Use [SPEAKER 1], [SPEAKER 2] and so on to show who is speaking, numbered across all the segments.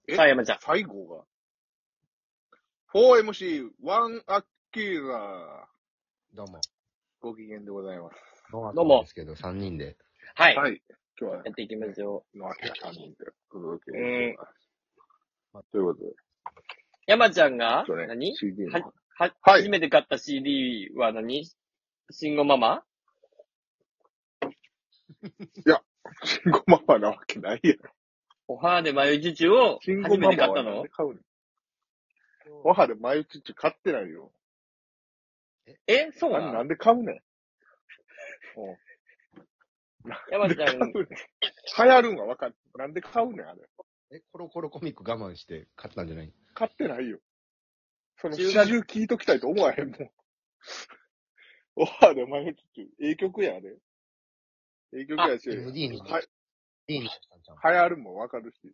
[SPEAKER 1] さあ、山ちゃん。
[SPEAKER 2] 最後が 4MC1 アッキーラ
[SPEAKER 3] どうも。
[SPEAKER 2] ご機嫌でございます。
[SPEAKER 3] どうも。ですけど、3人で。
[SPEAKER 1] はい。
[SPEAKER 2] はい。今日は
[SPEAKER 1] やっていきますよ。
[SPEAKER 2] のアキラ3人でお届けしてます。ということで。
[SPEAKER 1] 山ちゃんが
[SPEAKER 2] それ
[SPEAKER 1] 何
[SPEAKER 2] CD の。
[SPEAKER 1] は、
[SPEAKER 2] はい
[SPEAKER 1] 初めて買った CD は何慎吾ママ
[SPEAKER 2] シンゴママなわけないやろ。
[SPEAKER 1] おはで眉乳を
[SPEAKER 2] シンゴ
[SPEAKER 1] 初め
[SPEAKER 2] ママはなん
[SPEAKER 1] て買ったの
[SPEAKER 2] で買うの？おはでマユチッチ買ってないよ。
[SPEAKER 1] そう
[SPEAKER 2] あれ
[SPEAKER 1] な
[SPEAKER 2] なんで買うねん。
[SPEAKER 1] 山ちゃん、
[SPEAKER 2] 流行るんはわかる。なんで買うねん、あれ。
[SPEAKER 3] コロコロコミック我慢して買ったんじゃない
[SPEAKER 2] 買ってないよ。その、
[SPEAKER 1] 中学
[SPEAKER 2] 始終聞いときたいと思わへんもん。おはでマユチッチ、ええ曲やで。ええ曲やし、
[SPEAKER 3] MD に。
[SPEAKER 2] はい。
[SPEAKER 3] MD に。
[SPEAKER 2] 流行るもわかるし。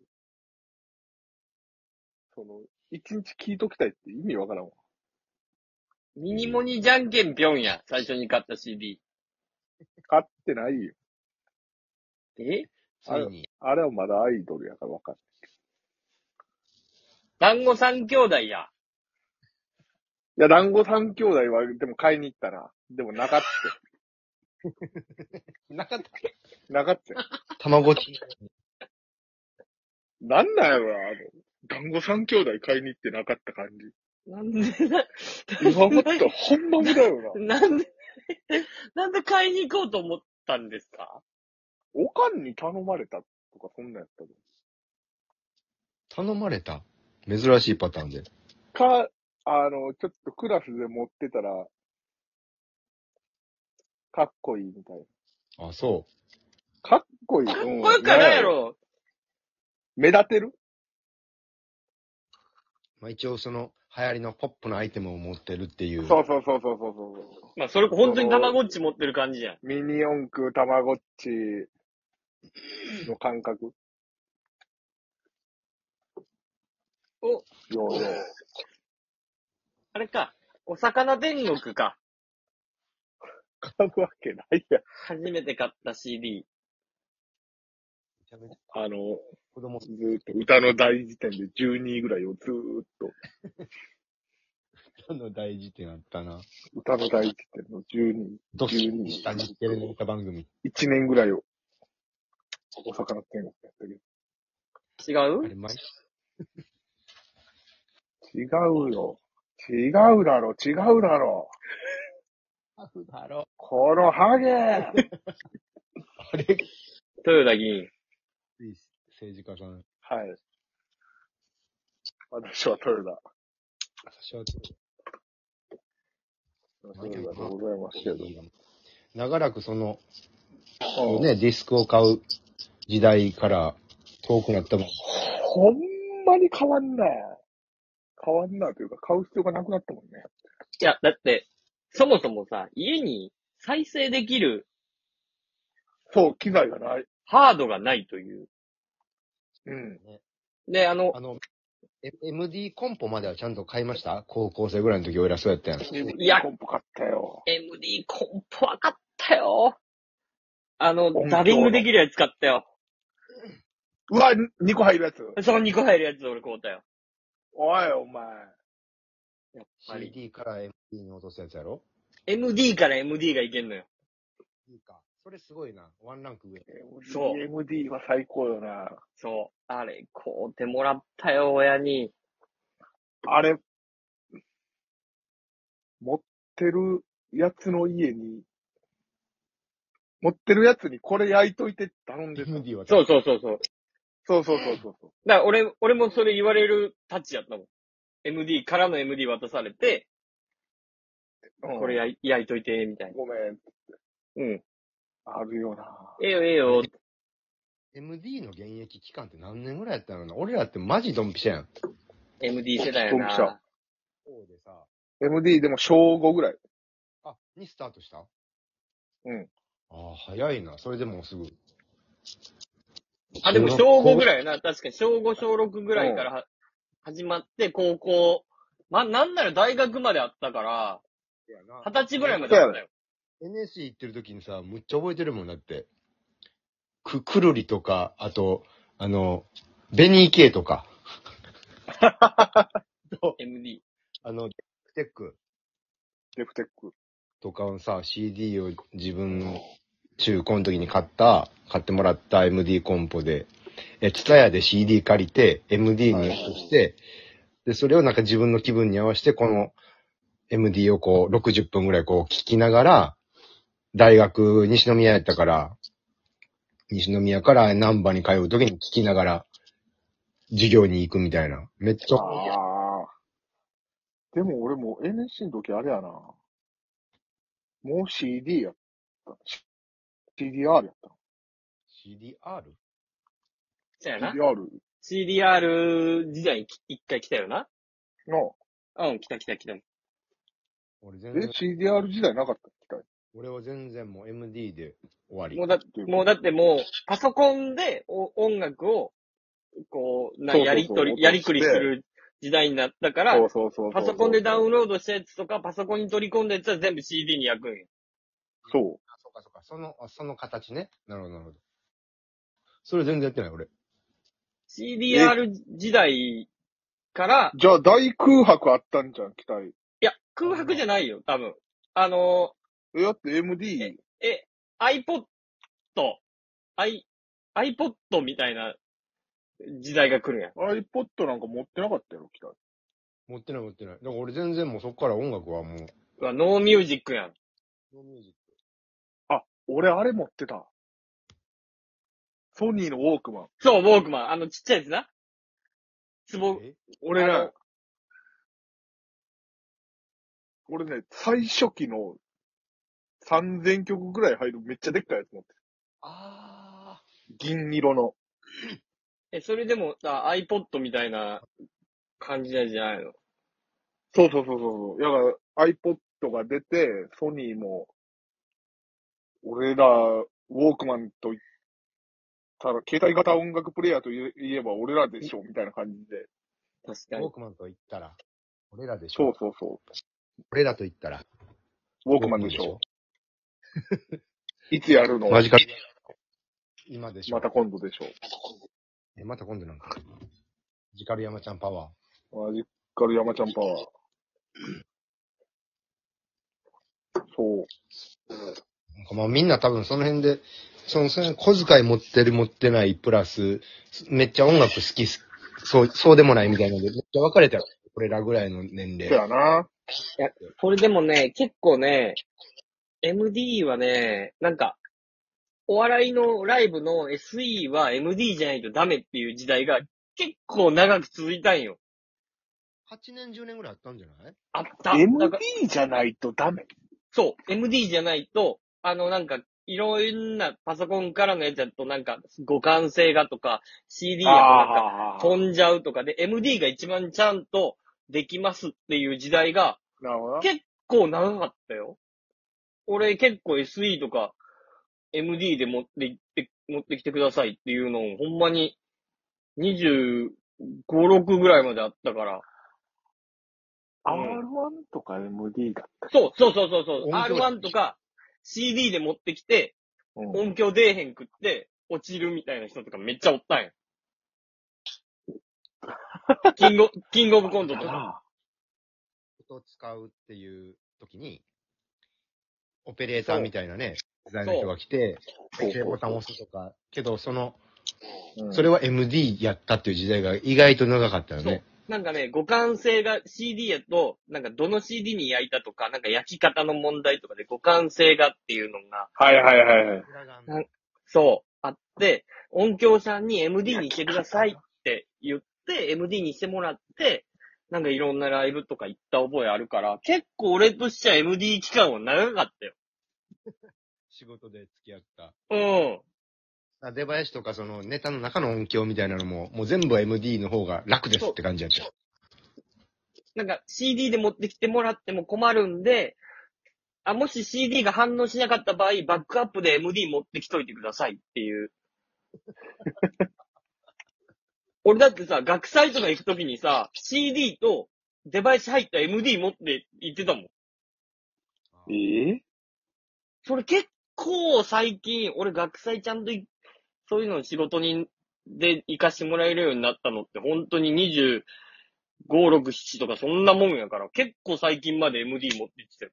[SPEAKER 2] その、一日聞いときたいって意味わからんわ。
[SPEAKER 1] ミニモニじゃんけんぴょんや。最初に買った CD。
[SPEAKER 2] 買ってないよ。
[SPEAKER 3] ついに。
[SPEAKER 2] あれはまだアイドルやからわかる。
[SPEAKER 1] 団子三兄弟や。
[SPEAKER 2] いや、団子三兄弟は、でも買いに行ったな。でもなかった。
[SPEAKER 3] なかった。
[SPEAKER 2] なかったよ。
[SPEAKER 3] たまごっち。
[SPEAKER 2] なんなんやろな、団子三兄弟買いに行ってなかった感じ。
[SPEAKER 1] なんでな、
[SPEAKER 2] 今思ったらほんま無だよな。
[SPEAKER 1] なんで買いに行こうと思ったんですか？
[SPEAKER 2] おかんに頼まれたとかそんなんやったで。
[SPEAKER 3] 頼まれた珍しいパターンで。
[SPEAKER 2] か、ちょっとクラスで持ってたら、かっこいいみたいな。
[SPEAKER 3] あ、そ
[SPEAKER 2] かっこいい。
[SPEAKER 1] かっこよくないやろ。
[SPEAKER 2] 目立てる？
[SPEAKER 3] う。まあ、一応その、流行りのポップなアイテムを持ってるっていう。
[SPEAKER 2] そう。
[SPEAKER 1] まあ、それ本当にたまごっち持ってる感じじゃん。
[SPEAKER 2] ミニ四駆たまごっちの感覚。よう。
[SPEAKER 1] あれか。お魚天国か。
[SPEAKER 2] 買うわけないやん。
[SPEAKER 1] 初めて買った CD。
[SPEAKER 3] 子供
[SPEAKER 2] ずーっと歌の大辞典で12位ぐらいをずーっと。
[SPEAKER 3] の大事点あったな。
[SPEAKER 2] 歌の大辞典の12位。
[SPEAKER 3] どっしりした日テレの歌番組。
[SPEAKER 2] 1年ぐらいを、お魚天国やったけど。
[SPEAKER 1] 違う
[SPEAKER 3] あれ、毎
[SPEAKER 2] 違うよ。違うだろ。
[SPEAKER 3] だろ。
[SPEAKER 2] このハゲ
[SPEAKER 3] あれ
[SPEAKER 1] 豊田議員。
[SPEAKER 3] 政治家さん。
[SPEAKER 2] はい。私は豊田。
[SPEAKER 3] 私は
[SPEAKER 2] 豊田でございますけど。
[SPEAKER 3] 長らくその、ね、ディスクを買う時代から遠くなったもん。
[SPEAKER 2] ほんまに変わんない。変わんないというか、買う必要がなくなったもんね。
[SPEAKER 1] いや、だって、そもそもさ、家に再生できる
[SPEAKER 2] そう、機材がない。
[SPEAKER 1] ハードがないという。
[SPEAKER 2] うん。
[SPEAKER 1] で、
[SPEAKER 3] MD コンポまではちゃんと買いました？高校生ぐらいの時俺らそうやったやん。
[SPEAKER 1] いや
[SPEAKER 2] コンポ買ったよ。
[SPEAKER 1] MD コンポわかったよ。
[SPEAKER 2] 響
[SPEAKER 1] ダビングできるやつ買ったよ。
[SPEAKER 2] うわ、2個入るやつ。
[SPEAKER 1] その2個入るやつ俺買うたよ。
[SPEAKER 2] おい、お前。
[SPEAKER 1] やっぱり。
[SPEAKER 3] CD から MD に落とすやつやろ？
[SPEAKER 1] MD から MD がいけんのよ。
[SPEAKER 3] いいか。それすごいな。ワンランク上。
[SPEAKER 1] そう
[SPEAKER 2] MD は最高よな。
[SPEAKER 1] そう。あれ、買うてもらったよ、親に。
[SPEAKER 2] あれ、持ってるやつの家に、持ってるやつにこれ焼いといて頼んでた。
[SPEAKER 3] MD は
[SPEAKER 1] そう。だか
[SPEAKER 2] そう。
[SPEAKER 1] ら俺もそれ言われるタッチやったもん。MD からの MD 渡されて、これ焼いといて、みたいな。
[SPEAKER 2] ごめん。
[SPEAKER 1] うん。
[SPEAKER 2] あるよな。
[SPEAKER 1] ええよ。
[SPEAKER 3] MD の現役期間って何年ぐらいやったのかな？俺らってマジドンピシャやん。
[SPEAKER 1] MD 世代や
[SPEAKER 2] ドンピシャ
[SPEAKER 1] な。
[SPEAKER 3] そうでさ。
[SPEAKER 2] MD でも小5ぐらい。
[SPEAKER 3] にスタートした？
[SPEAKER 2] うん。
[SPEAKER 3] ああ、早いな。それでもうすぐ。
[SPEAKER 1] あ、でも小5ぐらいやな。確かに小5、小6ぐらいから始まって、高校。なんなら大学まであったから、20歳ぐらいまであったよ。
[SPEAKER 3] NSC 行ってる時にさ、むっちゃ覚えてるもんだって。くるりとか、あと、ベニー系とか。
[SPEAKER 1] MD。
[SPEAKER 3] テック
[SPEAKER 2] デフテック。
[SPEAKER 3] とかをさ、CD を自分の中高の時に買ってもらった MD コンポで、ツタヤで CD 借りて、MD に落として、で、それをなんか自分の気分に合わせて、この MD をこう、60分ぐらいこう、聞きながら、大学、西宮やったから、西宮から難波に通う時に聞きながら、授業に行くみたいな。めっちゃ、
[SPEAKER 2] ああ。でも俺も NSC の時あれやな。もう CD やった。CDR やった。
[SPEAKER 3] CDR？
[SPEAKER 1] そうやな。
[SPEAKER 2] CDR
[SPEAKER 1] CDR 時代に一回来たよな。
[SPEAKER 2] の、
[SPEAKER 1] うん、来た。
[SPEAKER 3] 俺全然、
[SPEAKER 2] CDR 時代なかった機械。
[SPEAKER 3] 俺は全然もう MD で終わり。
[SPEAKER 1] もうだってパソコンで音楽を、こう、
[SPEAKER 2] そうそうそう
[SPEAKER 1] やりくりする時代になったから、
[SPEAKER 2] そう。
[SPEAKER 1] パソコンでダウンロードしたやつとか、パソコンに取り込んだやつは全部 CD に焼くんよ。
[SPEAKER 2] そう。
[SPEAKER 3] あ、そうか。その形ね。なるほど。それ全然やってない、俺。
[SPEAKER 1] CDR 時代から、
[SPEAKER 2] じゃあ大空白あったんじゃん、機械。
[SPEAKER 1] いや、空白じゃないよ、多分。
[SPEAKER 2] だって MD、
[SPEAKER 1] iPod、iPod みたいな時代が来るやん。
[SPEAKER 2] iPod なんか持ってなかったよ、機械。
[SPEAKER 3] 持ってない。だから俺全然もうそっから音楽はもう。
[SPEAKER 1] ノーミュージックやん。
[SPEAKER 3] ノーミュージック。
[SPEAKER 2] あ、俺あれ持ってた。ソニーのウォークマン。
[SPEAKER 1] そう、ウォークマン。ちっちゃいやつな。
[SPEAKER 2] 俺ね、最初期の3000曲ぐらい入るめっちゃでっかいやつ持って
[SPEAKER 3] あ
[SPEAKER 2] る。銀色の。
[SPEAKER 1] それでもさ、iPod みたいな感じなんじゃないの？
[SPEAKER 2] そう。だから iPod が出て、ソニーも、俺ら、ウォークマンと言ったら、携帯型音楽プレイヤーと言えば俺らでしょ、みたいな感じで。
[SPEAKER 1] 確かに。
[SPEAKER 3] ウォークマンと言ったら、俺らでしょ。
[SPEAKER 2] そう。
[SPEAKER 3] 俺らと言ったら、
[SPEAKER 2] ウォークマンでしょ。いつやるの？
[SPEAKER 3] マジか。今でしょ。
[SPEAKER 2] また今度でしょ。
[SPEAKER 3] また今度なんか。ジカル山ちゃんパワー。
[SPEAKER 2] マジカル山ちゃんパワー。そう。
[SPEAKER 3] なんかまあみんな多分その辺で、その小遣い持ってる持ってないプラス、めっちゃ音楽好き、そうでもないみたいなので、めっちゃ分かれてる。俺らぐらいの年齢。
[SPEAKER 2] そうやな。
[SPEAKER 1] いや、これでもね、結構ね、MD はね、なんか、お笑いのライブの SE は MD じゃないとダメっていう時代が結構長く続いたんよ。
[SPEAKER 3] 8年、10年ぐらいあったんじゃない？
[SPEAKER 1] あった。
[SPEAKER 2] MD じゃないとダメ。
[SPEAKER 1] そう、MD じゃないと、なんか、いろんなパソコンからのやつだとなんか互換性がとか CD やとなんか飛んじゃうとかで MD が一番ちゃんとできますっていう時代が
[SPEAKER 2] なるほど。
[SPEAKER 1] 結構長かったよ。俺結構 SE とか MD で持ってきてくださいっていうのをほんまに25、6ぐらいまであったから。
[SPEAKER 2] R1 とか MD だった。
[SPEAKER 1] そう。R1 とか CD で持ってきて、音響出えへんくって、落ちるみたいな人とかめっちゃおったんや。キングオブコントとか。
[SPEAKER 3] 音を使うっていう時に、オペレーターみたいなね、デザインの人が来て、ボタンを押すとか、けどそれは MD やったっていう時代が意外と長かったよね。
[SPEAKER 1] なんかね、互換性が CD やと、なんかどの CD に焼いたとか、なんか焼き方の問題とかで互換性がっていうのが、そう、あって、音響さんに MD にしてくださいって言って、MD にしてもらって、なんかいろんなライブとか行った覚えあるから、結構俺としちゃ MD 期間は長かったよ。
[SPEAKER 3] 仕事で付き合った。
[SPEAKER 1] うん。
[SPEAKER 3] 出囃子とかそのネタの中の音響みたいなのも、もう全部 MD の方が楽ですって感じやったよ。
[SPEAKER 1] なんか CD で持ってきてもらっても困るんで、もし CD が反応しなかった場合、バックアップで MD 持ってきといてくださいっていう。俺だってさ、学祭とか行くときにさ、CD とデバイス入った MD 持って行ってたもん。それ結構最近、俺学祭ちゃんとそういうの仕事で行かしてもらえるようになったのって、本当に 5、6、7とかそんなもんやから、結構最近まで MD 持ってきてる。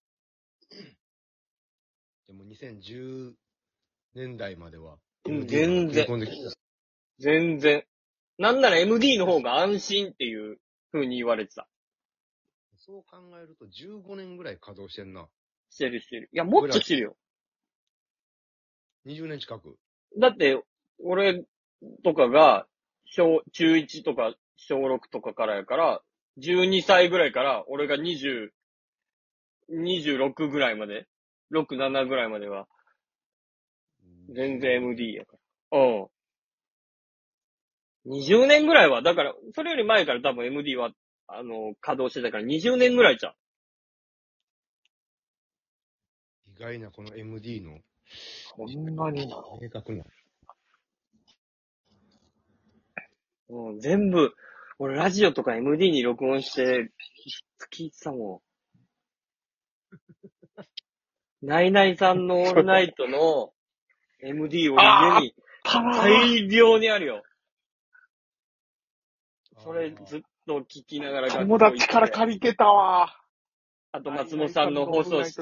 [SPEAKER 3] でも2010年代までは、
[SPEAKER 1] うん
[SPEAKER 3] MD が
[SPEAKER 1] 全然
[SPEAKER 3] 食い込んできてた。
[SPEAKER 1] 全然。なんなら MD の方が安心っていう風に言われてた。
[SPEAKER 3] そう考えると15年ぐらい稼働してんな。
[SPEAKER 1] してるしてる。いや、もっとしてるよ。
[SPEAKER 3] 20年近く。
[SPEAKER 1] だって、俺とかが、中1とか小6とかからやから、12歳ぐらいから、俺が20、26ぐらいまで、6、7ぐらいまでは、全然 MD やから。うん。20年ぐらいは、だから、それより前から多分 MD は、稼働してたから20年ぐらいじゃん。
[SPEAKER 3] 意外なこの MD の
[SPEAKER 2] そんなにな。
[SPEAKER 3] 明確な。
[SPEAKER 1] うん、全部、俺ラジオとか MD に録音して、聞いてたもん。ナイナイさんのオールナイトの MD 俺家に大量にあるよ。それずっと聞きながら
[SPEAKER 2] 友達から借りてたわ。
[SPEAKER 1] あと松本さんの放送室。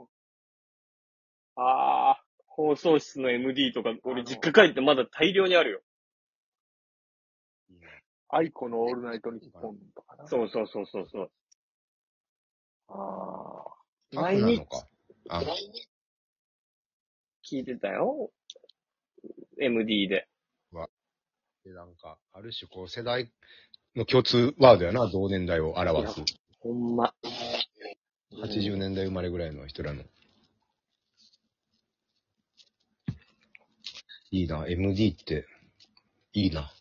[SPEAKER 2] ああ。
[SPEAKER 1] 放送室の MD とか、俺実家帰ってまだ大量にあるよ。
[SPEAKER 2] アイコのオールナイトニッポンとかな。
[SPEAKER 1] そうそうそうそうそう。
[SPEAKER 2] ああ。
[SPEAKER 3] タフなのか。あ、
[SPEAKER 1] 聞いてたよ。MD で。
[SPEAKER 3] で、なんか、ある種こう世代の共通ワードやな、同年代を表す。
[SPEAKER 1] ほんま。
[SPEAKER 3] 80年代生まれぐらいの人らの。いいな、MD って、いいな。